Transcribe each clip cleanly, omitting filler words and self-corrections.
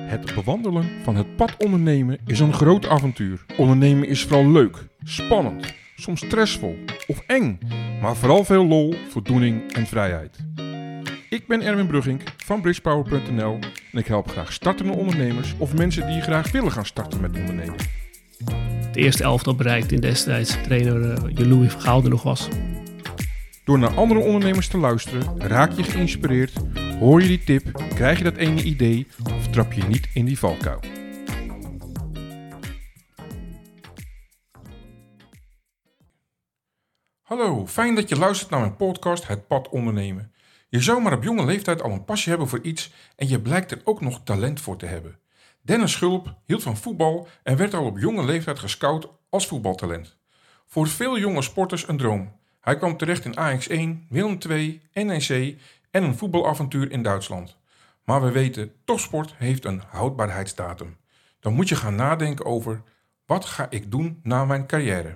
Het bewandelen van het pad ondernemen is een groot avontuur. Ondernemen is vooral leuk, spannend, soms stressvol of eng, maar vooral veel lol, voldoening en vrijheid. Ik ben Erwin Bruggink van bridgepower.nl en ik help graag startende ondernemers of mensen die graag willen gaan starten met ondernemen. Het eerste elftal bereikt in destijds trainer Louis van Gaal er nog was. Door naar andere ondernemers te luisteren, raak je geïnspireerd, hoor je die tip, krijg je dat ene idee of trap je niet in die valkuil. Hallo, fijn dat je luistert naar mijn podcast Het Pad Ondernemen. Je zou maar op jonge leeftijd al een passie hebben voor iets en je blijkt er ook nog talent voor te hebben. Dennis Schulp hield van voetbal en werd al op jonge leeftijd gescout als voetbaltalent. Voor veel jonge sporters een droom. Hij kwam terecht in Ajax 1, Willem II, NEC en een voetbalavontuur in Duitsland. Maar we weten, topsport heeft een houdbaarheidsdatum. Dan moet je gaan nadenken over, wat ga ik doen na mijn carrière?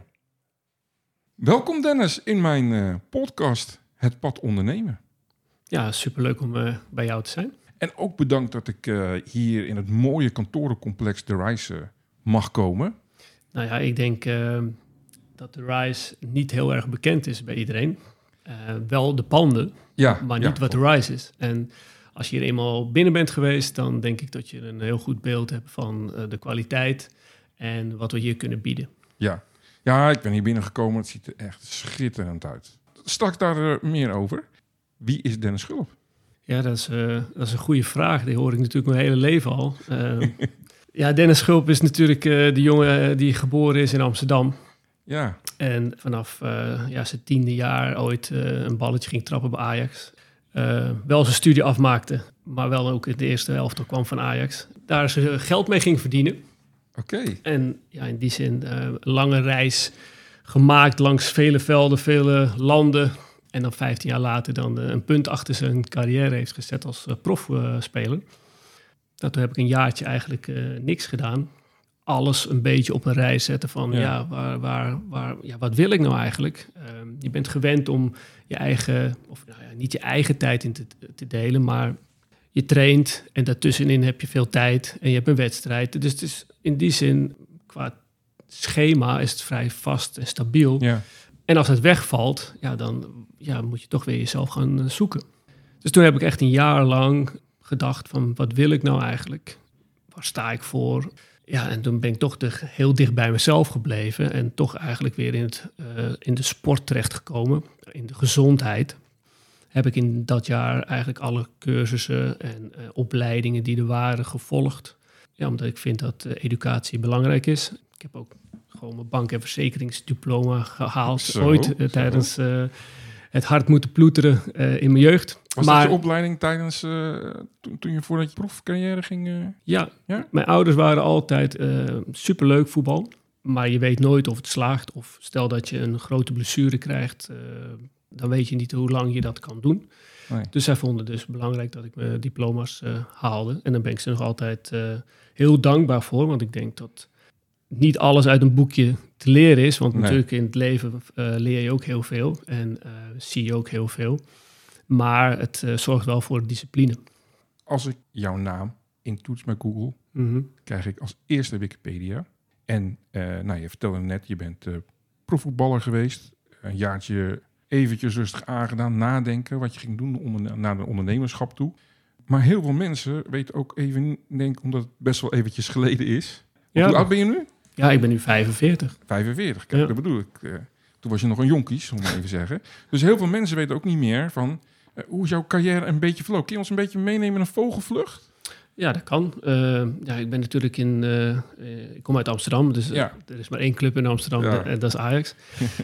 Welkom Dennis in mijn podcast Het Pad Ondernemen. Ja, superleuk om bij jou te zijn. En ook bedankt dat ik hier in het mooie kantorencomplex The Rise mag komen. Nou ja, ik denk dat The Rise niet heel erg bekend is bij iedereen. Wel de panden, maar niet wat The Rise is. En als je er eenmaal binnen bent geweest, dan denk ik dat je een heel goed beeld hebt van de kwaliteit en wat we hier kunnen bieden. Ja, ik ben hier binnengekomen. Het ziet er echt schitterend uit. Straks daar meer over. Wie is Dennis Schulp? Ja, dat is een goede vraag. Die hoor ik natuurlijk mijn hele leven al. Dennis Schulp is natuurlijk de jongen die geboren is in Amsterdam. Ja. En vanaf zijn 10e jaar ooit een balletje ging trappen bij Ajax. Wel zijn studie afmaakte, maar wel ook in de eerste helft kwam van Ajax. Daar ze geld mee ging verdienen. Oké. En ja, in die zin een lange reis gemaakt langs vele velden, vele landen. En dan 15 jaar later dan een punt achter zijn carrière heeft gezet als profspeler. Toen heb ik een jaartje eigenlijk niks gedaan. Alles een beetje op een rij zetten van wat wil ik nou eigenlijk? Je bent gewend om je eigen, niet je eigen tijd in te delen, maar je traint en daartussenin heb je veel tijd en je hebt een wedstrijd. Dus het is in die zin, qua schema is het vrij vast en stabiel. Ja. En als het wegvalt, dan moet je toch weer jezelf gaan zoeken. Dus toen heb ik echt een jaar lang gedacht van, wat wil ik nou eigenlijk? Waar sta ik voor? Ja, en toen ben ik toch heel dicht bij mezelf gebleven en toch eigenlijk weer in de sport terechtgekomen, in de gezondheid. Heb ik in dat jaar eigenlijk alle cursussen en opleidingen die er waren gevolgd. Ja, omdat ik vind dat educatie belangrijk is. Ik heb ook gewoon mijn bank- en verzekeringsdiploma gehaald. Tijdens het hard moeten ploeteren in mijn jeugd. Was dat je opleiding tijdens toen je voordat je profcarrière ging? Ja, mijn ouders waren altijd superleuk voetbal. Maar je weet nooit of het slaagt. Of stel dat je een grote blessure krijgt, dan weet je niet hoe lang je dat kan doen. Nee. Dus zij vonden dus belangrijk dat ik mijn diploma's haalde. En daar ben ik ze nog altijd heel dankbaar voor. Want ik denk dat niet alles uit een boekje te leren is. Want natuurlijk in het leven leer je ook heel veel. En zie je ook heel veel. Maar het zorgt wel voor discipline. Als ik jouw naam intoets met Google, krijg ik als eerste Wikipedia. En je vertelde net, je bent profvoetballer geweest. Een jaartje eventjes rustig aangedaan, nadenken wat je ging doen naar de ondernemerschap toe. Maar heel veel mensen weten ook even, denk omdat het best wel eventjes geleden is. Hoe oud ben je nu? Ja, ik ben nu 45. 45, kijk, dat bedoel ik. Toen was je nog een jonkies, om maar even te zeggen. Dus heel veel mensen weten ook niet meer van hoe is jouw carrière een beetje verloopt. Kun je ons een beetje meenemen in een vogelvlucht? Ja, dat kan. Ik ben natuurlijk ik kom uit Amsterdam, dus er is maar één club in Amsterdam en dat is Ajax.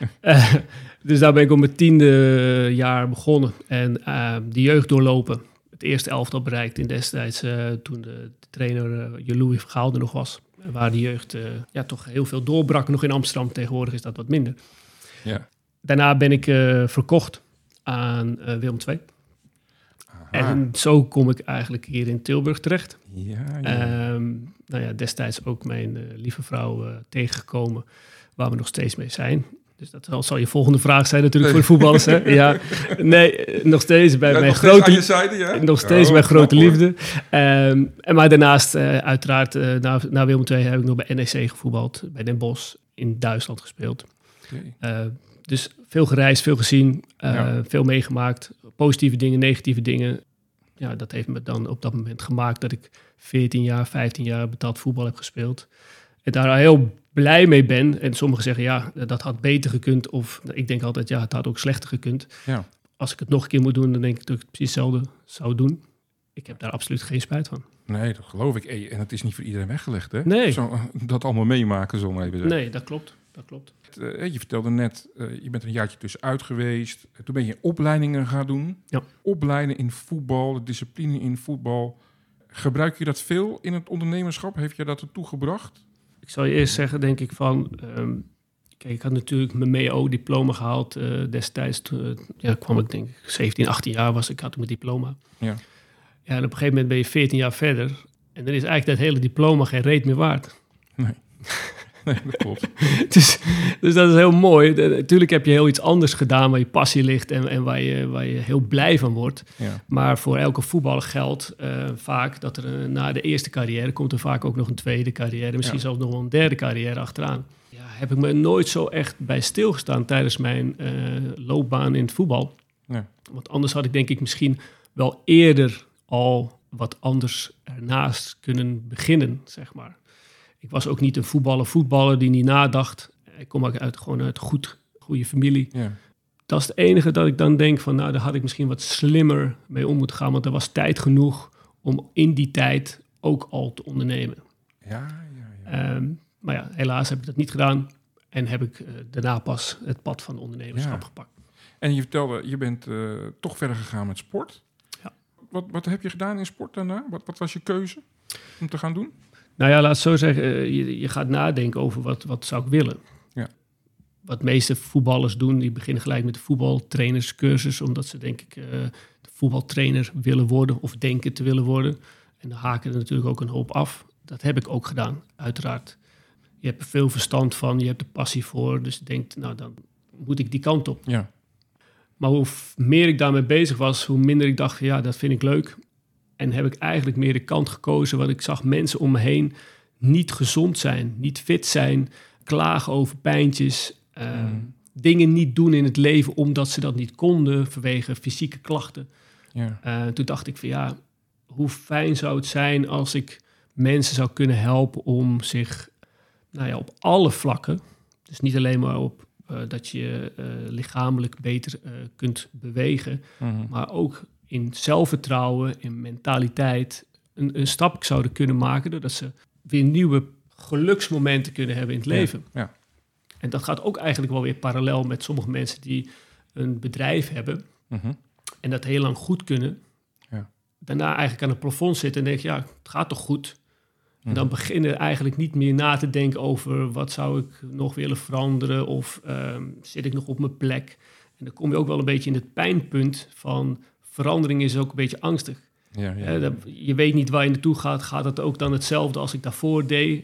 Dus daar ben ik op mijn 10e jaar begonnen en de jeugd doorlopen. Het eerste elftal bereikt in destijds toen de trainer Louis van Gaal er nog was. Waar de jeugd toch heel veel doorbrak. Nog in Amsterdam, tegenwoordig is dat wat minder. Ja. Daarna ben ik verkocht aan Willem II. En zo kom ik eigenlijk hier in Tilburg terecht. Destijds ook mijn lieve vrouw tegengekomen, waar we nog steeds mee zijn. Dus dat zal je volgende vraag zijn natuurlijk voor de voetballers. Hè? Ja, nee, nog steeds bij mijn grote liefde. Maar daarnaast, uiteraard, na Willem II heb ik nog bij NEC gevoetbald. Bij Den Bosch in Duitsland gespeeld. Okay. Dus veel gereisd, veel gezien, veel meegemaakt. Positieve dingen, negatieve dingen. Ja, dat heeft me dan op dat moment gemaakt dat ik 14 jaar, 15 jaar betaald voetbal heb gespeeld. En daar heel blij mee ben. En sommigen zeggen, ja, dat had beter gekund. Of ik denk altijd, ja, het had ook slechter gekund. Ja. Als ik het nog een keer moet doen, dan denk ik dat ik het precies hetzelfde zou doen. Ik heb daar absoluut geen spijt van. Nee, dat geloof ik. En het is niet voor iedereen weggelegd, hè? Nee. Dat allemaal meemaken, zo maar even zeggen. Nee, dat klopt. Je vertelde net, je bent er een jaartje tussenuit geweest. Toen ben je opleidingen gaan doen. Ja. Opleiden in voetbal, de discipline in voetbal. Gebruik je dat veel in het ondernemerschap? Heeft je dat ertoe gebracht? Ik zal je eerst zeggen, denk ik van... kijk, ik had natuurlijk mijn MEO-diploma gehaald destijds. Kwam ik denk ik 17, 18 jaar was ik, had ik mijn diploma. Ja. Ja, en op een gegeven moment ben je 14 jaar verder. En dan is eigenlijk dat hele diploma geen reet meer waard. Nee. Nee, dat klopt. dus dat is heel mooi. Natuurlijk heb je heel iets anders gedaan waar je passie ligt en waar je heel blij van wordt. Ja. Maar voor elke voetballer geldt vaak dat er na de eerste carrière komt er vaak ook nog een tweede carrière. Misschien zelfs nog wel een derde carrière achteraan. Ja, heb ik me nooit zo echt bij stilgestaan tijdens mijn loopbaan in het voetbal. Ja. Want anders had ik denk ik misschien wel eerder al wat anders ernaast kunnen beginnen, zeg maar. Ik was ook niet een voetballer die niet nadacht. Ik kom ook uit een goede familie. Ja. Dat is het enige dat ik dan denk van... nou, daar had ik misschien wat slimmer mee om moeten gaan... want er was tijd genoeg om in die tijd ook al te ondernemen. Ja. Maar ja, helaas heb ik dat niet gedaan... en heb ik daarna pas het pad van ondernemerschap gepakt. En je vertelde, je bent toch verder gegaan met sport. Ja. Wat heb je gedaan in sport daarna? Wat was je keuze om te gaan doen? Nou ja, laat het zo zeggen. Je gaat nadenken over wat zou ik willen. Ja. Wat de meeste voetballers doen, die beginnen gelijk met de voetbaltrainerscursus, omdat ze denk ik de voetbaltrainer willen worden of denken te willen worden. En dan haken er natuurlijk ook een hoop af. Dat heb ik ook gedaan, uiteraard. Je hebt er veel verstand van, je hebt er passie voor, dus je denkt, nou dan moet ik die kant op. Ja. Maar hoe meer ik daarmee bezig was, hoe minder ik dacht, ja, dat vind ik leuk. En heb ik eigenlijk meer de kant gekozen, want ik zag mensen om me heen niet gezond zijn, niet fit zijn, klagen over pijntjes, dingen niet doen in het leven omdat ze dat niet konden vanwege fysieke klachten. Ja. Toen dacht ik van ja, hoe fijn zou het zijn als ik mensen zou kunnen helpen om zich op alle vlakken, dus niet alleen maar op dat je lichamelijk beter kunt bewegen, maar ook in zelfvertrouwen, in mentaliteit, een stap zouden kunnen maken, doordat ze weer nieuwe geluksmomenten kunnen hebben in het leven. Ja. En dat gaat ook eigenlijk wel weer parallel met sommige mensen die een bedrijf hebben en dat heel lang goed kunnen. Ja. Daarna eigenlijk aan het plafond zitten en denken, ja, het gaat toch goed? En dan beginnen eigenlijk niet meer na te denken over wat zou ik nog willen veranderen of zit ik nog op mijn plek? En dan kom je ook wel een beetje in het pijnpunt van verandering is ook een beetje angstig. Ja. Je weet niet waar je naartoe gaat. Gaat het ook dan hetzelfde als ik daarvoor deed?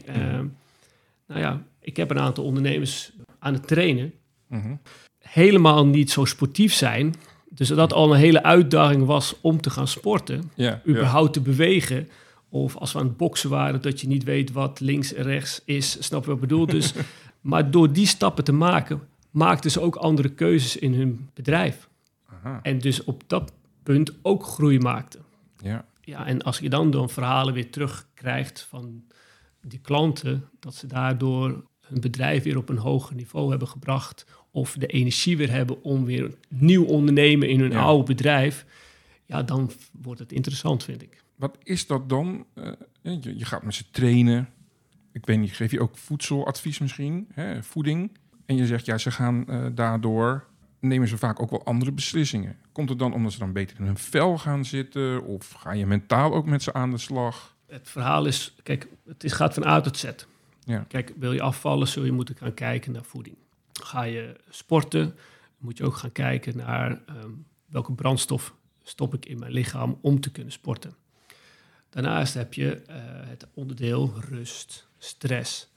Ik heb een aantal ondernemers aan het trainen. Helemaal niet zo sportief zijn. Dus dat al een hele uitdaging was om te gaan sporten. Überhaupt te bewegen. Of als we aan het boksen waren, dat je niet weet wat links en rechts is. Snap je wat ik bedoel? Dus, maar door die stappen te maken, maakten ze ook andere keuzes in hun bedrijf. Aha. En dus op dat punt ook groei maakten. Ja, en als je dan verhalen weer terugkrijgt van die klanten, dat ze daardoor hun bedrijf weer op een hoger niveau hebben gebracht, of de energie weer hebben om weer nieuw ondernemen in hun oude bedrijf, ja, dan wordt het interessant, vind ik. Wat is dat dan? Je gaat met ze trainen. Ik weet niet, geef je ook voedseladvies misschien? Voeding. En je zegt, ja, ze gaan daardoor, nemen ze vaak ook wel andere beslissingen. Komt het dan omdat ze dan beter in hun vel gaan zitten? Of ga je mentaal ook met ze aan de slag? Het verhaal is, kijk, gaat van A tot Z. Ja. Kijk, wil je afvallen, zul je moeten gaan kijken naar voeding. Ga je sporten, moet je ook gaan kijken naar welke brandstof stop ik in mijn lichaam om te kunnen sporten. Daarnaast heb je het onderdeel rust, stress.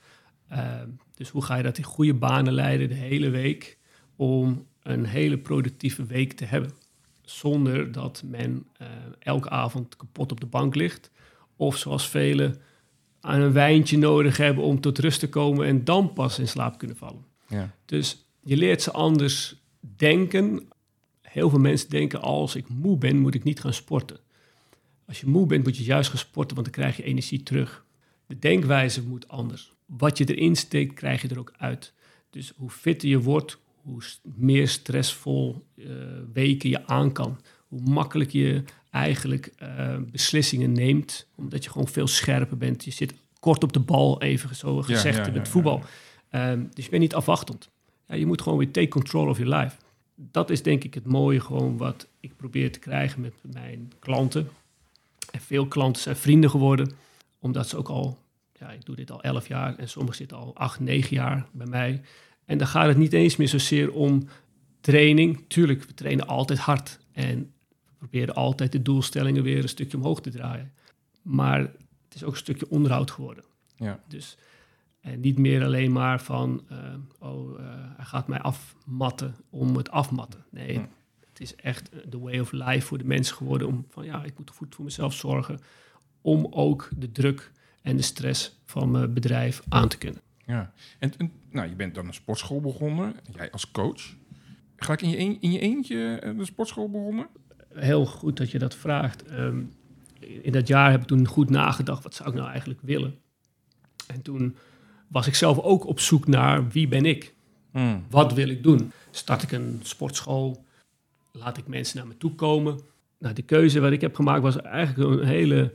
Dus hoe ga je dat in goede banen leiden de hele week om een hele productieve week te hebben? Zonder dat men elke avond kapot op de bank ligt. Of zoals velen aan een wijntje nodig hebben om tot rust te komen en dan pas in slaap kunnen vallen. Ja. Dus je leert ze anders denken. Heel veel mensen denken, als ik moe ben, moet ik niet gaan sporten. Als je moe bent, moet je juist gaan sporten, want dan krijg je energie terug. De denkwijze moet anders. Wat je erin steekt, krijg je er ook uit. Dus hoe fitter je wordt, hoe meer stressvol weken je aan kan. Hoe makkelijk je eigenlijk beslissingen neemt, omdat je gewoon veel scherper bent. Je zit kort op de bal, even zo gezegd, in het voetbal. Dus je bent niet afwachtend. Ja, je moet gewoon weer take control of your life. Dat is denk ik het mooie gewoon wat ik probeer te krijgen met mijn klanten. En veel klanten zijn vrienden geworden, omdat ze ook al, ik doe dit al 11 jaar en sommigen zitten al 8, 9 jaar bij mij. En dan gaat het niet eens meer zozeer om training. Tuurlijk, we trainen altijd hard en we proberen altijd de doelstellingen weer een stukje omhoog te draaien. Maar het is ook een stukje onderhoud geworden. Ja. Dus, en niet meer alleen maar van, hij gaat mij afmatten om het afmatten. Nee, het is echt the way of life voor de mensen geworden om van, ik moet goed voor mezelf zorgen om ook de druk en de stress van mijn bedrijf aan te kunnen. Ja, en je bent dan een sportschool begonnen, jij als coach. Gelijk in je eentje de sportschool begonnen? Heel goed dat je dat vraagt. In dat jaar heb ik toen goed nagedacht, wat zou ik nou eigenlijk willen? En toen was ik zelf ook op zoek naar wie ben ik? Wat wil ik doen? Start ik een sportschool? Laat ik mensen naar me toe komen? Nou, de keuze wat ik heb gemaakt was eigenlijk een hele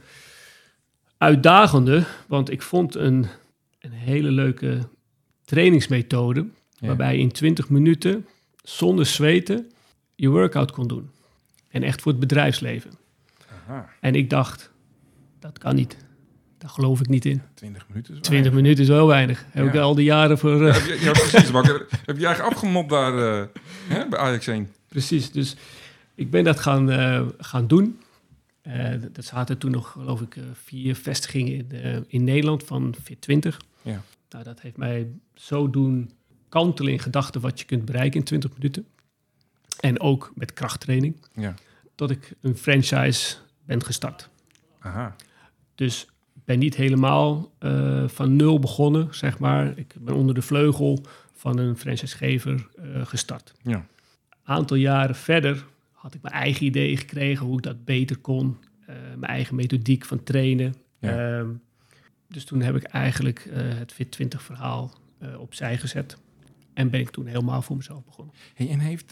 uitdagende, want ik vond een hele leuke trainingsmethode, waarbij je in 20 minuten zonder zweten je workout kon doen. En echt voor het bedrijfsleven. Aha. En ik dacht, dat kan niet. Daar geloof ik niet in. 20 minuten is 20 minuten is wel weinig. Heb ik al die jaren voor... Ja, precies. Maar heb je eigenlijk afgemopt daar bij Ajax 1? Precies, dus ik ben dat gaan doen. Er zaten toen nog, geloof ik, 4 vestigingen in Nederland van Fit20. Ja. Nou, dat heeft mij zo doen kantelen in gedachten wat je kunt bereiken in 20 minuten. En ook met krachttraining. Ja. Tot ik een franchise ben gestart. Aha. Dus ik ben niet helemaal van nul begonnen, zeg maar. Ik ben onder de vleugel van een franchisegever gestart. Ja. Een aantal jaren verder had ik mijn eigen ideeën gekregen hoe ik dat beter kon. Mijn eigen methodiek van trainen. Ja. Dus toen heb ik eigenlijk het Fit20 verhaal opzij gezet. En ben ik toen helemaal voor mezelf begonnen. Hey, en heeft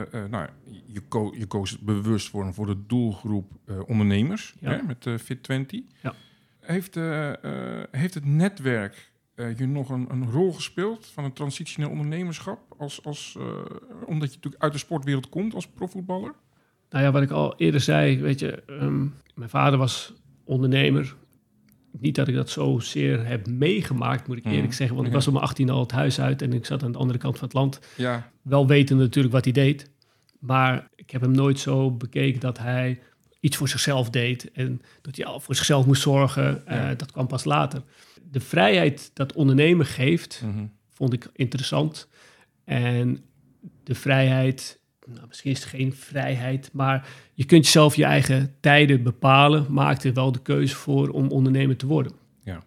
je koos bewust voor de doelgroep ondernemers met Fit20. Ja. Heeft het netwerk je nog een rol gespeeld van een transitie naar ondernemerschap? Omdat je natuurlijk uit de sportwereld komt als profvoetballer? Nou ja, wat ik al eerder zei, weet je, mijn vader was ondernemer. Niet dat ik dat zozeer heb meegemaakt, moet ik eerlijk zeggen. Want ik was op mijn 18 al het huis uit en ik zat aan de andere kant van het land. Ja. Wel wetende natuurlijk wat hij deed. Maar ik heb hem nooit zo bekeken dat hij iets voor zichzelf deed. En dat hij al voor zichzelf moest zorgen. Dat kwam pas later. De vrijheid dat ondernemen geeft, vond ik interessant. En de vrijheid... Nou, misschien is het geen vrijheid, maar je kunt jezelf je eigen tijden bepalen. Maak er wel de keuze voor om ondernemer te worden. Ja.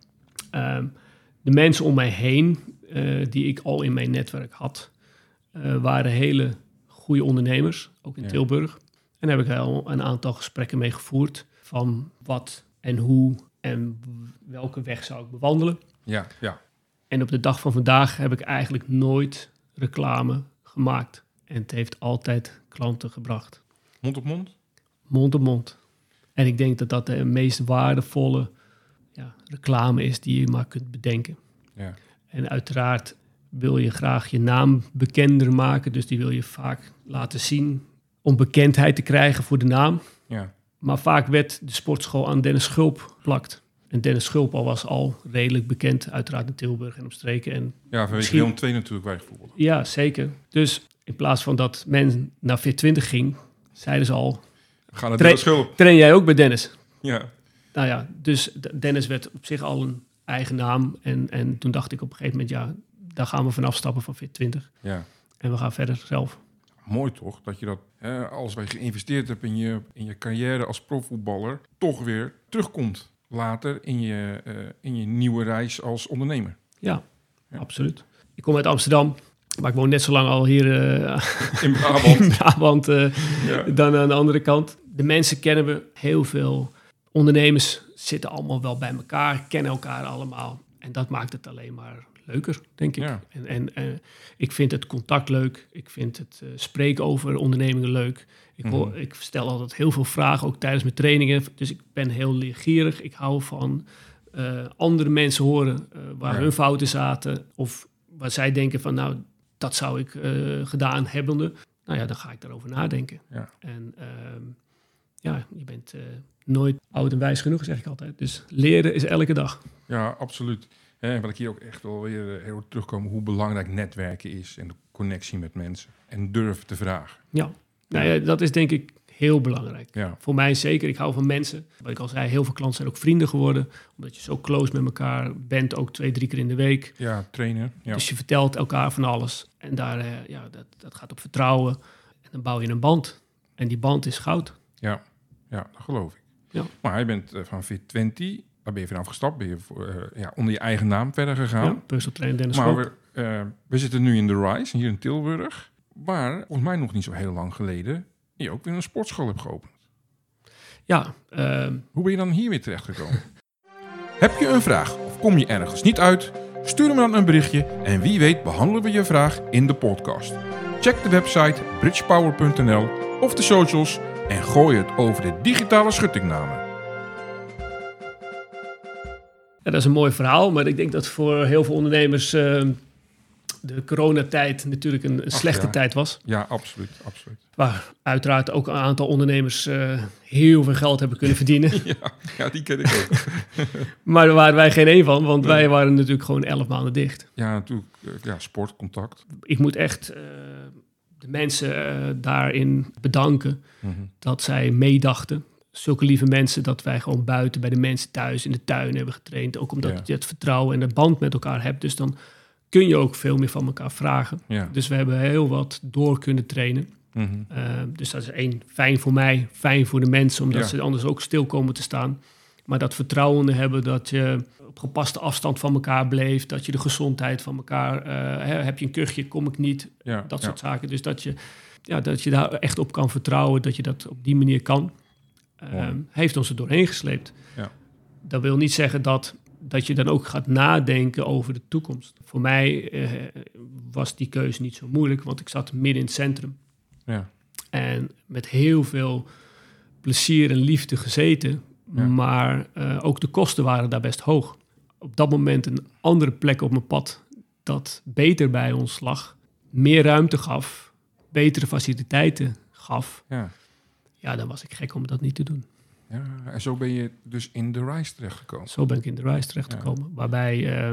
De mensen om mij heen, die ik al in mijn netwerk had, waren hele goede ondernemers, ook in Tilburg. En daar heb ik al een aantal gesprekken mee gevoerd van wat en hoe en welke weg zou ik bewandelen. Ja, ja. En op de dag van vandaag heb ik eigenlijk nooit reclame gemaakt. En het heeft altijd klanten gebracht. Mond op mond? Mond op mond. En ik denk dat dat de meest waardevolle reclame is die je maar kunt bedenken. Ja. En uiteraard wil je graag je naam bekender maken. Dus die wil je vaak laten zien om bekendheid te krijgen voor de naam. Ja. Maar vaak werd de sportschool aan Dennis Schulp geplakt. En Dennis Schulp was al redelijk bekend, uiteraard in Tilburg en omstreken. En ja, vanwege Willem II natuurlijk bijvoorbeeld. Ja, zeker. Dus in plaats van dat men naar Fit20 ging, zeiden ze al... Ga naar Dennis Schulp. Train jij ook bij Dennis? Ja. Nou ja, dus Dennis werd op zich al een eigen naam. En toen dacht ik op een gegeven moment, ja, daar gaan we vanaf stappen van Fit20. Ja. En we gaan verder zelf. Mooi toch, dat je dat, als wij geïnvesteerd hebben in je carrière als profvoetballer, toch weer terugkomt later in je nieuwe reis als ondernemer. Ja, absoluut. Ik kom uit Amsterdam, maar ik woon net zo lang al hier In Brabant. in Brabant dan aan de andere kant. De mensen kennen we heel veel. Ondernemers zitten allemaal wel bij elkaar, kennen elkaar allemaal. En dat maakt het alleen maar leuker, denk ik. Ja. En ik vind het contact leuk. Ik vind het spreken over ondernemingen leuk. Ik stel altijd heel veel vragen, ook tijdens mijn trainingen. Dus ik ben heel leergierig. Ik hou van andere mensen horen waar hun fouten zaten. Of waar zij denken van, nou, dat zou ik gedaan hebbende. Nou ja, dan ga ik daarover nadenken. Ja. En je bent nooit oud en wijs genoeg, zeg ik altijd. Dus leren is elke dag. Ja, absoluut. En wat ik hier ook echt wel weer heel terugkomen, hoe belangrijk netwerken is en de connectie met mensen. En durven te vragen. Ja, nou ja, dat is denk ik heel belangrijk. Ja. Voor mij zeker. Ik hou van mensen. Wat ik al zei, heel veel klanten zijn ook vrienden geworden. Omdat je zo close met elkaar bent, ook 2-3 keer in de week. Ja, trainen. Ja. Dus je vertelt elkaar van alles. En daar, dat gaat op vertrouwen. En dan bouw je een band. En die band is goud. Ja, dat geloof ik. Ja. Maar je bent van Fit20, daar ben je vanaf gestapt, ben je onder je eigen naam verder gegaan. Ja, personal trainer Dennis Maar Schop. we zitten nu in de Rise, hier in Tilburg, waar volgens mij nog niet zo heel lang geleden je ook weer een sportschool hebt geopend. Ja. Hoe ben je dan hier weer terechtgekomen? Heb je een vraag of kom je ergens niet uit? Stuur me dan een berichtje en wie weet behandelen we je vraag in de podcast. Check de website bridgepower.nl of de socials en gooi het over de digitale schuttingnamen. Ja, dat is een mooi verhaal, maar ik denk dat voor heel veel ondernemers de coronatijd natuurlijk een slechte tijd was. Ja, absoluut. Waar uiteraard ook een aantal ondernemers heel veel geld hebben kunnen verdienen. Ja, die ken ik ook. Maar daar waren wij geen één van, want wij waren natuurlijk gewoon 11 maanden dicht. Ja, natuurlijk. Sportcontact. Ik moet echt de mensen daarin bedanken dat zij meedachten. Zulke lieve mensen dat wij gewoon buiten bij de mensen thuis in de tuin hebben getraind. Ook omdat je het vertrouwen en de band met elkaar hebt. Dus dan kun je ook veel meer van elkaar vragen. Ja. Dus we hebben heel wat door kunnen trainen. Dus dat is fijn voor mij, fijn voor de mensen, omdat ze anders ook stil komen te staan. Maar dat vertrouwen hebben, dat je op gepaste afstand van elkaar bleef, dat je de gezondheid van elkaar, heb je een kuchje, kom ik niet, dat soort zaken. Dus dat je daar echt op kan vertrouwen, dat je dat op die manier kan, heeft ons er doorheen gesleept. Ja. Dat wil niet zeggen dat je dan ook gaat nadenken over de toekomst. Voor mij was die keuze niet zo moeilijk, want ik zat midden in het centrum. Ja. En met heel veel plezier en liefde gezeten, maar ook de kosten waren daar best hoog. Op dat moment een andere plek op mijn pad dat beter bij ons lag, meer ruimte gaf, betere faciliteiten gaf. Ja, dan was ik gek om dat niet te doen. Ja, en zo ben je dus in de Rise terechtgekomen. Zo ben ik in de Rise terechtgekomen. Waarbij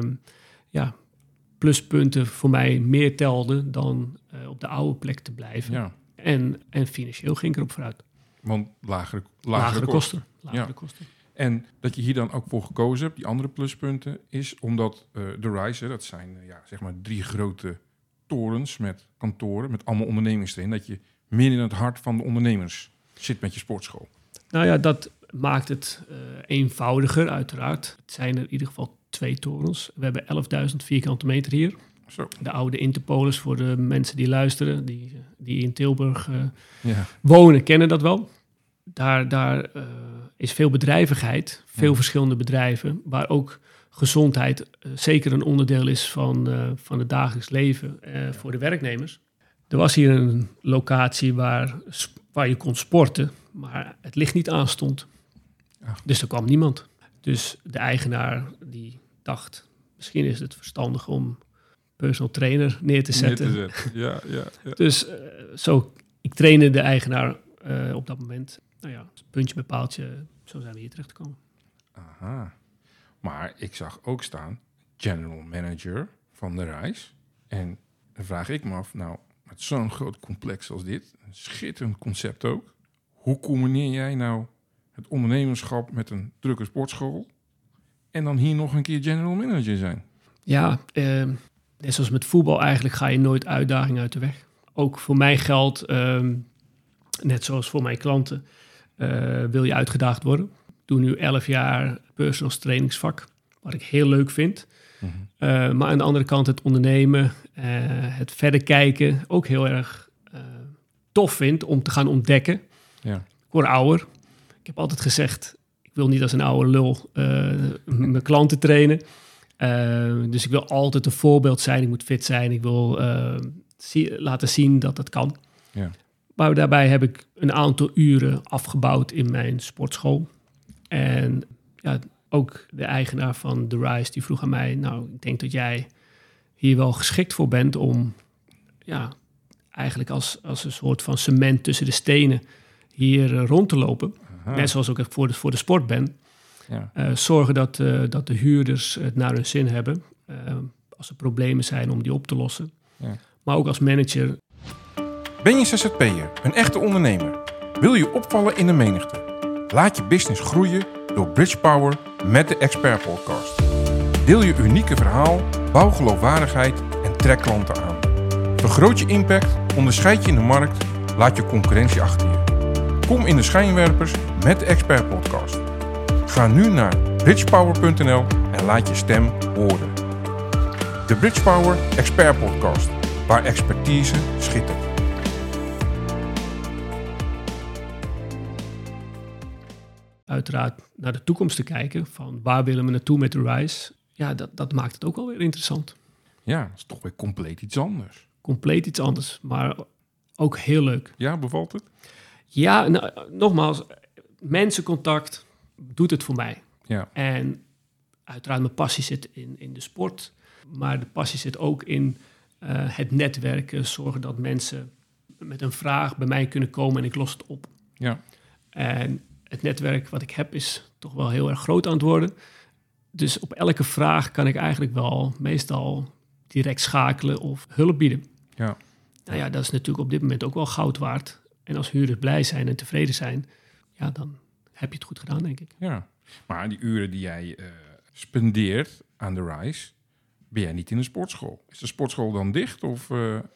pluspunten voor mij meer telden dan op de oude plek te blijven. Ja. En financieel ging ik erop vooruit. Want lagere kosten. Lagere kosten. En dat je hier dan ook voor gekozen hebt, die andere pluspunten, is omdat de Rise, dat zijn zeg maar 3 grote torens met kantoren, met allemaal ondernemers erin, dat je meer in het hart van de ondernemers zit met je sportschool. Nou ja, dat maakt het eenvoudiger, uiteraard. Het zijn er in ieder geval 2 torens. We hebben 11.000 vierkante meter hier. Zo. De oude Interpolis, voor de mensen die luisteren, die in Tilburg wonen, kennen dat wel. Daar is veel bedrijvigheid, veel verschillende bedrijven, waar ook gezondheid zeker een onderdeel is van het dagelijks leven voor de werknemers. Er was hier een locatie waar je kon sporten, maar het licht niet aanstond. Ja. Dus er kwam niemand. Dus de eigenaar die dacht, misschien is het verstandig om personal trainer neer te zetten. Ja. Dus ik trainde de eigenaar op dat moment. Nou ja, puntje bij paaltje, zo zijn we hier terecht gekomen. Aha. Maar ik zag ook staan, general manager van de Rise. En dan vraag ik me af, nou, met zo'n groot complex als dit, een schitterend concept ook. Hoe combineer jij nou het ondernemerschap met een drukke sportschool en dan hier nog een keer general manager zijn. Ja, net zoals met voetbal eigenlijk ga je nooit uitdagingen uit de weg. Ook voor mij geldt, net zoals voor mijn klanten, wil je uitgedaagd worden. Ik doe nu 11 jaar personal trainingsvak, wat ik heel leuk vind. Mm-hmm. Maar aan de andere kant het ondernemen, het verder kijken, ook heel erg tof vind om te gaan ontdekken. Ja. Ik word ouder. Ik heb altijd gezegd, ik wil niet als een oude lul mijn klanten trainen. Dus ik wil altijd een voorbeeld zijn. Ik moet fit zijn. Ik wil laten zien dat dat kan. Ja. Maar daarbij heb ik een aantal uren afgebouwd in mijn sportschool. En ja, ook de eigenaar van The Rise, die vroeg aan mij, nou, ik denk dat jij hier wel geschikt voor bent om eigenlijk als een soort van cement tussen de stenen hier rond te lopen. Aha. Net zoals ook ik voor de sport ben. Ja. Zorgen dat de huurders het naar hun zin hebben. Als er problemen zijn om die op te lossen. Ja. Maar ook als manager. Ben je ZZP'er, een echte ondernemer? Wil je opvallen in de menigte? Laat je business groeien door Bridge Power met de Expert Podcast. Deel je unieke verhaal, bouw geloofwaardigheid en trek klanten aan. Vergroot je impact, onderscheid je in de markt, laat je concurrentie achter je. Kom in de schijnwerpers met de Expert Podcast. Ga nu naar bridgepower.nl en laat je stem horen. De Bridge Power Expert Podcast, waar expertise schittert. Uiteraard naar de toekomst te kijken van waar willen we naartoe met de Rise. Ja, dat maakt het ook wel weer interessant. Ja, dat is toch weer compleet iets anders. Compleet iets anders, maar ook heel leuk. Ja, bevalt het? Ja, nou, nogmaals, mensencontact doet het voor mij. Ja. En uiteraard mijn passie zit in de sport, maar de passie zit ook in het netwerken, zorgen dat mensen met een vraag bij mij kunnen komen en ik los het op. Ja. En het netwerk wat ik heb is toch wel heel erg groot aan het worden. Dus op elke vraag kan ik eigenlijk wel meestal direct schakelen of hulp bieden. Ja. Nou ja, dat is natuurlijk op dit moment ook wel goud waard. En als huurders blij zijn en tevreden zijn, ja, dan heb je het goed gedaan, denk ik. Ja, maar die uren die jij spendeert aan de Rise, ben jij niet in een sportschool? Is de sportschool dan dicht? Of,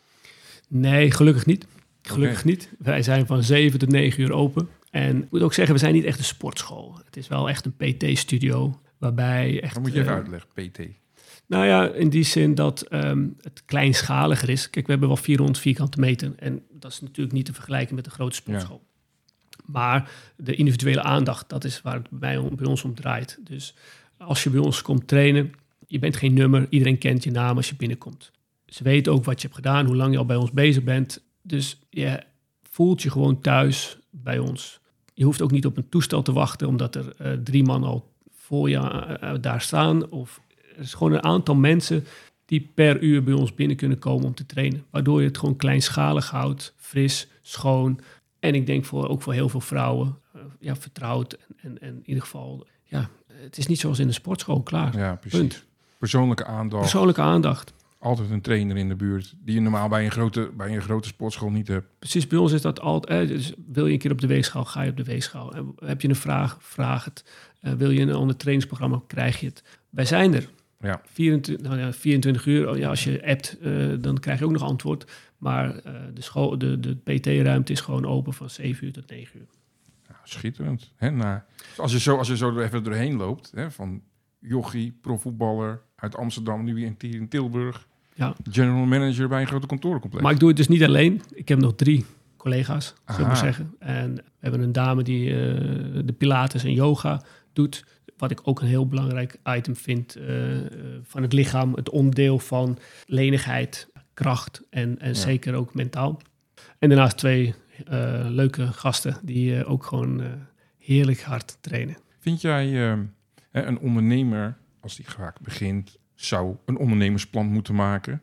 Nee, gelukkig niet. Gelukkig niet. Wij zijn van 7 tot 9 uur open. En ik moet ook zeggen, we zijn niet echt een sportschool. Het is wel echt een PT-studio, waarbij echt... Dan moet je even uitleggen, PT. Nou ja, in die zin dat het kleinschaliger is. Kijk, we hebben wel 400 vierkante meter. En dat is natuurlijk niet te vergelijken met een grote sportschool. Ja. Maar de individuele aandacht, dat is waar het bij ons om draait. Dus als je bij ons komt trainen, je bent geen nummer. Iedereen kent je naam als je binnenkomt. Ze weten ook wat je hebt gedaan, hoe lang je al bij ons bezig bent. Dus je voelt je gewoon thuis bij ons. Je hoeft ook niet op een toestel te wachten, omdat er 3 man al voor je daar staan. Of er is gewoon een aantal mensen die per uur bij ons binnen kunnen komen om te trainen. Waardoor je het gewoon kleinschalig houdt, fris, schoon. En ik denk ook voor heel veel vrouwen vertrouwd. En in ieder geval, het is niet zoals in de sportschool, klaar. Ja, precies. Punt. Persoonlijke aandacht. Altijd een trainer in de buurt die je normaal bij een grote sportschool niet hebt. Precies, bij ons is dat altijd. Dus wil je een keer op de weegschaal, ga je op de weegschaal. En heb je een vraag, vraag het. Wil je een ander trainingsprogramma, krijg je het. Wij zijn er. Ja. 24 uur. Ja, als je appt, dan krijg je ook nog antwoord. Maar de PT-ruimte is gewoon open van 7 uur tot 9 uur. Ja, schitterend. Als je zo er even doorheen loopt, van jochie, profvoetballer uit Amsterdam, nu weer in Tilburg. Ja. General manager bij een grote kantorencomplex. Maar ik doe het dus niet alleen. Ik heb nog 3 collega's, zou ik maar zeggen. En we hebben een dame die de pilates en yoga doet. Wat ik ook een heel belangrijk item vind van het lichaam. Het onderdeel van lenigheid, kracht en zeker ook mentaal. En daarnaast 2 leuke gasten die ook gewoon heerlijk hard trainen. Vind jij een ondernemer, als die vaak begint, zou een ondernemersplan moeten maken?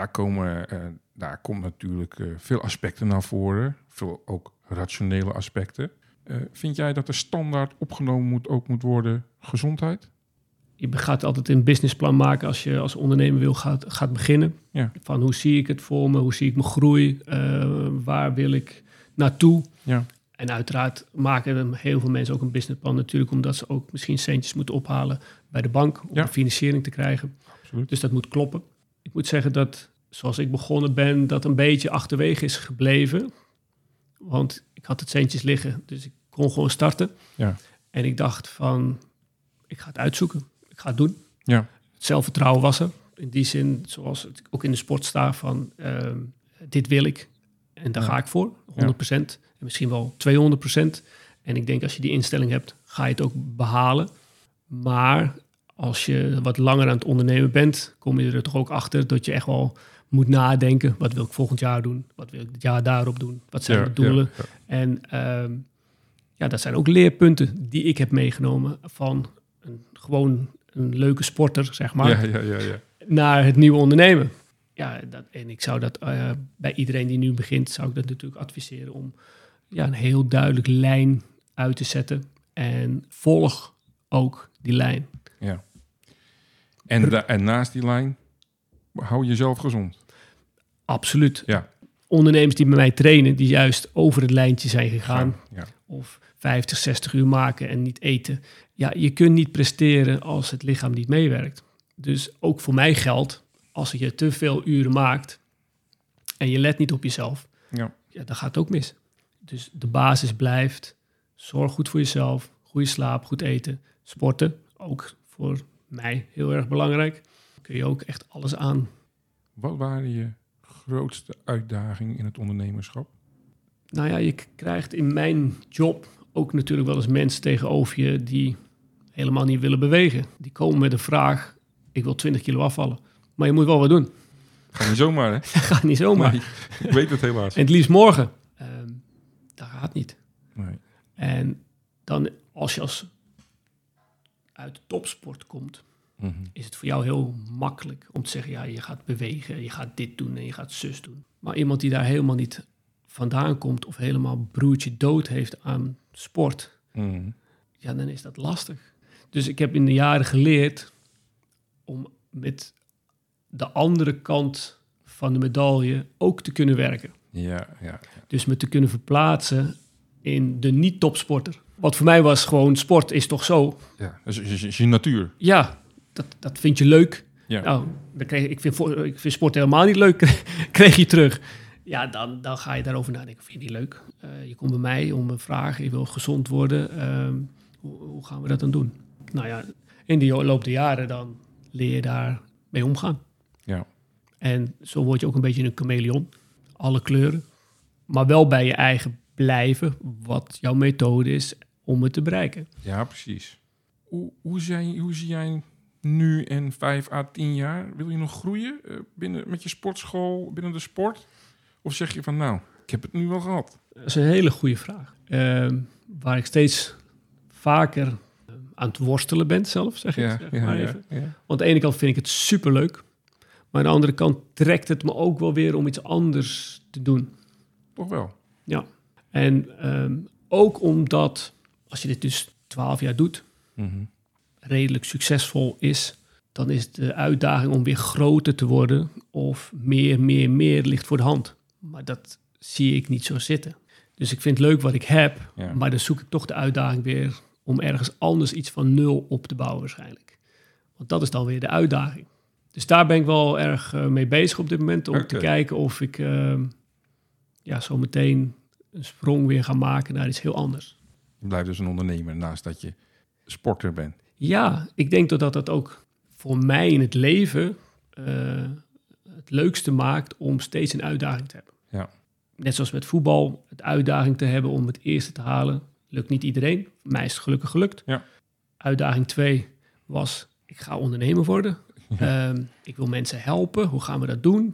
Daar komt natuurlijk veel aspecten naar voren. Veel ook rationele aspecten. Vind jij dat er standaard opgenomen moet worden gezondheid? Je gaat altijd een businessplan maken als je als ondernemer gaat beginnen. Ja. Van hoe zie ik het voor me? Hoe zie ik mijn groei? Waar wil ik naartoe? Ja. En uiteraard maken heel veel mensen ook een businessplan natuurlijk, omdat ze ook misschien centjes moeten ophalen bij de bank om de financiering te krijgen. Absoluut. Dus dat moet kloppen. Ik moet zeggen dat, zoals ik begonnen ben, dat een beetje achterwege is gebleven. Want ik had het centjes liggen, dus ik kon gewoon starten. Ja. En ik dacht van, ik ga het uitzoeken. Ik ga het doen. Ja. Het zelfvertrouwen was er. In die zin, zoals het ook in de sport staat van, dit wil ik. En daar ga ik voor, 100%. En misschien wel 200%. En ik denk als je die instelling hebt, ga je het ook behalen. Maar als je wat langer aan het ondernemen bent, kom je er toch ook achter dat je echt wel moet nadenken. Wat wil ik volgend jaar doen? Wat wil ik het jaar daarop doen? Wat zijn de doelen? Ja. En dat zijn ook leerpunten die ik heb meegenomen van gewoon een leuke sporter, zeg maar, naar het nieuwe ondernemen. Ja, en ik zou dat bij iedereen die nu begint, zou ik dat natuurlijk adviseren om een heel duidelijk lijn uit te zetten. En volg ook die lijn. Ja. En naast die lijn, hou jezelf gezond. Absoluut. Ja. Ondernemers die bij mij trainen, die juist over het lijntje zijn gegaan. Ja. Of 50, 60 uur maken en niet eten. Ja, je kunt niet presteren als het lichaam niet meewerkt. Dus ook voor mij geldt, als je te veel uren maakt en je let niet op jezelf, dan gaat het ook mis. Dus de basis blijft, zorg goed voor jezelf, goede slaap, goed eten, sporten, ook voor mij heel erg belangrijk. Kun je ook echt alles aan. Wat waren je grootste uitdagingen in het ondernemerschap? Nou ja, je krijgt in mijn job ook natuurlijk wel eens mensen tegenover je die helemaal niet willen bewegen. Die komen met de vraag, ik wil 20 kilo afvallen. Maar je moet wel wat doen. Gaat niet zomaar, hè? Gaat niet zomaar. Nee, ik weet het helaas. En het liefst morgen. Dat gaat niet. Nee. En dan als je uit de topsport komt, is het voor jou heel makkelijk om te zeggen, ja, je gaat bewegen, je gaat dit doen en je gaat zus doen. Maar iemand die daar helemaal niet vandaan komt of helemaal broertje dood heeft aan sport, dan is dat lastig. Dus ik heb in de jaren geleerd om met de andere kant van de medaille ook te kunnen werken. Ja. Dus me te kunnen verplaatsen in de niet-topsporter. Wat voor mij was gewoon, sport is toch zo. Ja, dat is je natuur. Ja, dat vind je leuk. Ja. Nou, ik vind sport helemaal niet leuk, kreeg je terug. Ja, dan ga je daarover nadenken. Vind je die leuk? Je komt bij mij om een vraag, je wil gezond worden. Hoe gaan we dat dan doen? Nou ja, in de loop der jaren dan leer je daar mee omgaan. Ja. En zo word je ook een beetje een chameleon. Alle kleuren. Maar wel bij je eigen blijven, wat jouw methode is om het te bereiken. Ja, precies. Hoe zie jij nu in 5 à 10 jaar? Wil je nog groeien met je sportschool, binnen de sport? Of zeg je van, nou, ik heb het nu wel gehad? Dat is een hele goede vraag. Waar ik steeds vaker aan het worstelen ben zelf, zeg ik maar even. Ja. Want aan de ene kant vind ik het superleuk. Maar aan de andere kant trekt het me ook wel weer om iets anders te doen. Toch wel? Ja. En ook omdat, als je dit dus 12 jaar doet, redelijk succesvol is, dan is de uitdaging om weer groter te worden of meer ligt voor de hand. Maar dat zie ik niet zo zitten. Dus ik vind het leuk wat ik heb, maar dan zoek ik toch de uitdaging weer om ergens anders iets van 0 op te bouwen waarschijnlijk. Want dat is dan weer de uitdaging. Dus daar ben ik wel erg mee bezig op dit moment, om te kijken of ik zo meteen een sprong weer ga maken naar iets heel anders. Je blijft dus een ondernemer naast dat je sporter bent. Ja, ik denk dat ook voor mij in het leven het leukste maakt om steeds een uitdaging te hebben. Ja. Net zoals met voetbal, het uitdaging te hebben om het eerste te halen. Lukt niet iedereen. Voor mij is het gelukkig gelukt. Ja. Uitdaging 2 was, ik ga ondernemer worden. Ik wil mensen helpen. Hoe gaan we dat doen?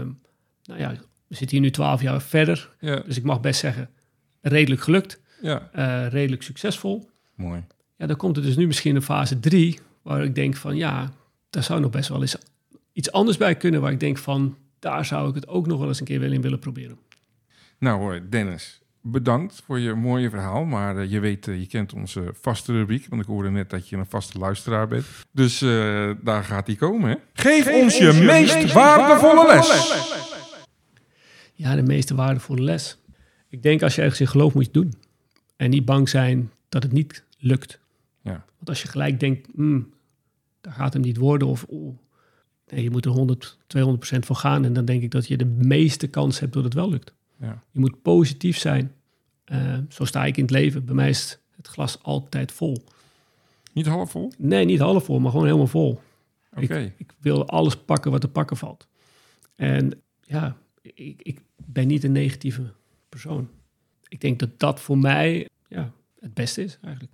We zitten hier nu 12 jaar verder. Ja. Dus ik mag best zeggen, redelijk gelukt. Ja. Redelijk succesvol. Mooi. Ja, dan komt er dus nu misschien een fase 3... waar ik denk van, daar zou nog best wel eens iets anders bij kunnen... waar ik denk van, daar zou ik het ook nog wel eens een keer in willen proberen. Nou Dennis, bedankt voor je mooie verhaal. Maar je weet, je kent onze vaste rubriek. Want ik hoorde net dat je een vaste luisteraar bent. Dus daar gaat die komen, hè? Geef ons je meest waardevolle les. Ja, de meest waardevolle les. Ik denk, als je ergens in gelooft, moet je het doen. En niet bang zijn dat het niet lukt. Ja. Want als je gelijk denkt, dat gaat hem niet worden. Of nee, je moet er 200% voor gaan. En dan denk ik dat je de meeste kans hebt dat het wel lukt. Ja. Je moet positief zijn. Zo sta ik in het leven. Bij mij is het glas altijd vol. Niet half vol? Nee, niet half vol, maar gewoon helemaal vol. Oké. Ik wil alles pakken wat te pakken valt. En ja, ik ben niet een negatieve persoon. Ik denk dat dat voor mij het beste is eigenlijk.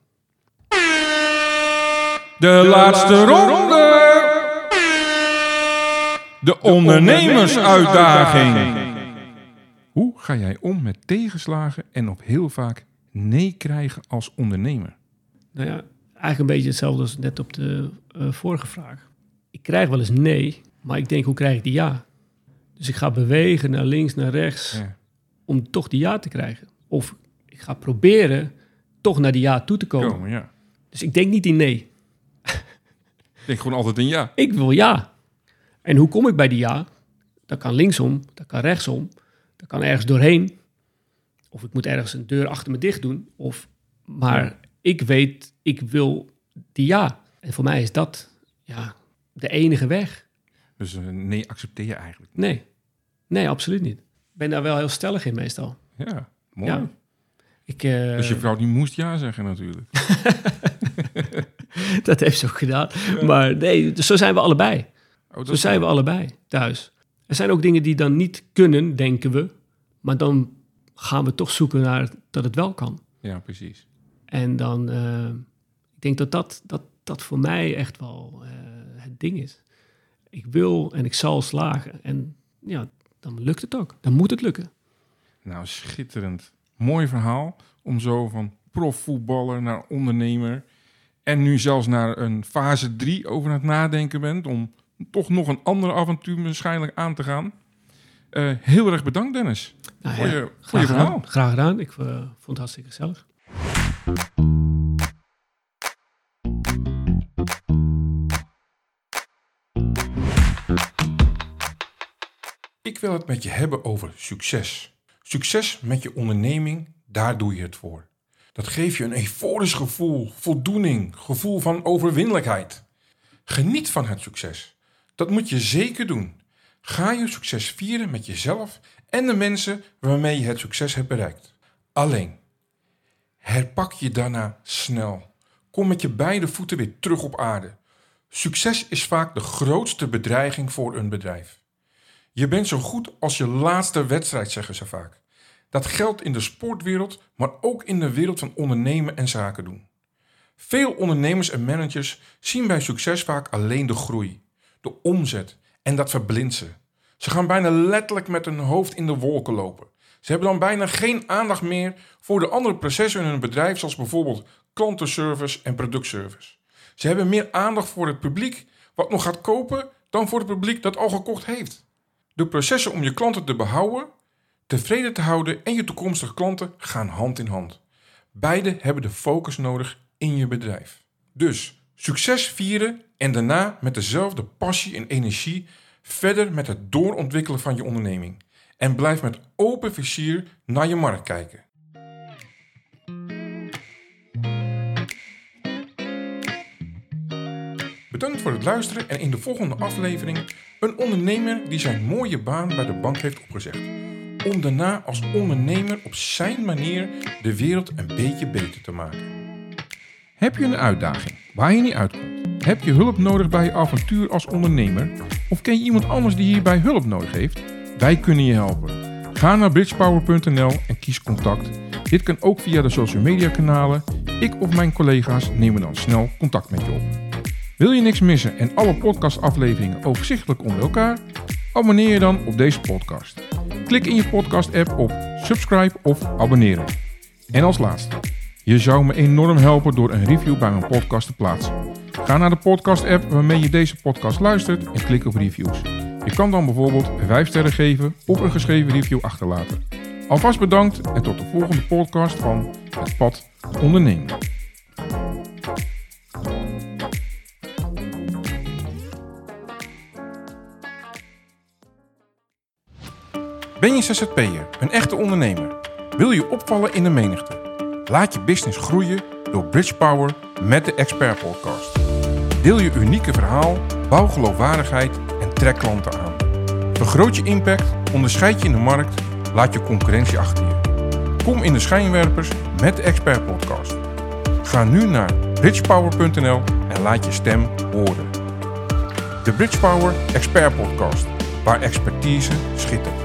De laatste ronde. De ondernemersuitdaging. Hoe ga jij om met tegenslagen en op heel vaak nee krijgen als ondernemer? Nou ja, eigenlijk een beetje hetzelfde als net op de vorige vraag. Ik krijg wel eens nee, maar ik denk, hoe krijg ik die ja? Dus ik ga bewegen naar links, naar rechts, om toch die ja te krijgen. Of ik ga proberen toch naar die ja toe te komen. Ja. Dus ik denk niet in nee. Ik denk gewoon altijd in ja. Ik wil ja. En hoe kom ik bij die ja? Dat kan linksom, dat kan rechtsom, dat kan ergens doorheen. Of ik moet ergens een deur achter me dicht doen. Maar ik weet, ik wil die ja. En voor mij is dat de enige weg. Dus nee accepteer je eigenlijk? Nee, absoluut niet. Ik ben daar wel heel stellig in meestal. Ja, mooi. Ja. Dus je vrouw die moest ja zeggen natuurlijk. Dat heeft ze ook gedaan. Ja. Maar nee, dus zo zijn we allebei. Zo zijn we allebei thuis. Er zijn ook dingen die dan niet kunnen, denken we. Maar dan gaan we toch zoeken naar dat het wel kan. Ja, precies. En dan, ik denk dat voor mij echt wel het ding is. Ik wil en ik zal slagen. En ja, dan lukt het ook. Dan moet het lukken. Nou, schitterend. Mooi verhaal om zo van profvoetballer naar ondernemer en nu zelfs naar een fase 3 over aan het nadenken bent om toch nog een ander avontuur waarschijnlijk aan te gaan. Heel erg bedankt, Dennis, voor je verhaal. Graag gedaan. Ik vond het hartstikke gezellig. Ik wil het met je hebben over succes. Succes met je onderneming, daar doe je het voor. Dat geeft je een euforisch gevoel, voldoening, gevoel van overwinnelijkheid. Geniet van het succes. Dat moet je zeker doen. Ga je succes vieren met jezelf en de mensen waarmee je het succes hebt bereikt. Alleen, herpak je daarna snel. Kom met je beide voeten weer terug op aarde. Succes is vaak de grootste bedreiging voor een bedrijf. Je bent zo goed als je laatste wedstrijd, zeggen ze vaak. Dat geldt in de sportwereld, maar ook in de wereld van ondernemen en zaken doen. Veel ondernemers en managers zien bij succes vaak alleen de groei, de omzet en dat verblindt ze. Ze gaan bijna letterlijk met hun hoofd in de wolken lopen. Ze hebben dan bijna geen aandacht meer voor de andere processen in hun bedrijf, zoals bijvoorbeeld klantenservice en productservice. Ze hebben meer aandacht voor het publiek wat nog gaat kopen dan voor het publiek dat al gekocht heeft. De processen om je klanten te behouden, tevreden te houden en je toekomstige klanten gaan hand in hand. Beide hebben de focus nodig in je bedrijf. Dus succes vieren en daarna met dezelfde passie en energie verder met het doorontwikkelen van je onderneming. En blijf met open vizier naar je markt kijken. Bedankt voor het luisteren en in de volgende aflevering een ondernemer die zijn mooie baan bij de bank heeft opgezegd. Om daarna als ondernemer op zijn manier de wereld een beetje beter te maken. Heb je een uitdaging waar je niet uitkomt? Heb je hulp nodig bij je avontuur als ondernemer? Of ken je iemand anders die hierbij hulp nodig heeft? Wij kunnen je helpen. Ga naar bridgepower.nl en kies contact. Dit kan ook via de social media kanalen. Ik of mijn collega's nemen dan snel contact met je op. Wil je niks missen en alle podcastafleveringen overzichtelijk onder elkaar? Abonneer je dan op deze podcast. Klik in je podcast-app op subscribe of abonneren. En als laatste, je zou me enorm helpen door een review bij mijn podcast te plaatsen. Ga naar de podcast-app waarmee je deze podcast luistert en klik op reviews. Je kan dan bijvoorbeeld 5 sterren geven of een geschreven review achterlaten. Alvast bedankt en tot de volgende podcast van Het Pad Ondernemen. Ben je ZZP'er, een echte ondernemer? Wil je opvallen in de menigte? Laat je business groeien door Bridgepower met de Expert Podcast. Deel je unieke verhaal, bouw geloofwaardigheid en trek klanten aan. Vergroot je impact, onderscheid je in de markt, laat je concurrentie achter je. Kom in de schijnwerpers met de Expert Podcast. Ga nu naar bridgepower.nl en laat je stem horen. De Bridgepower Expert Podcast, waar expertise schittert.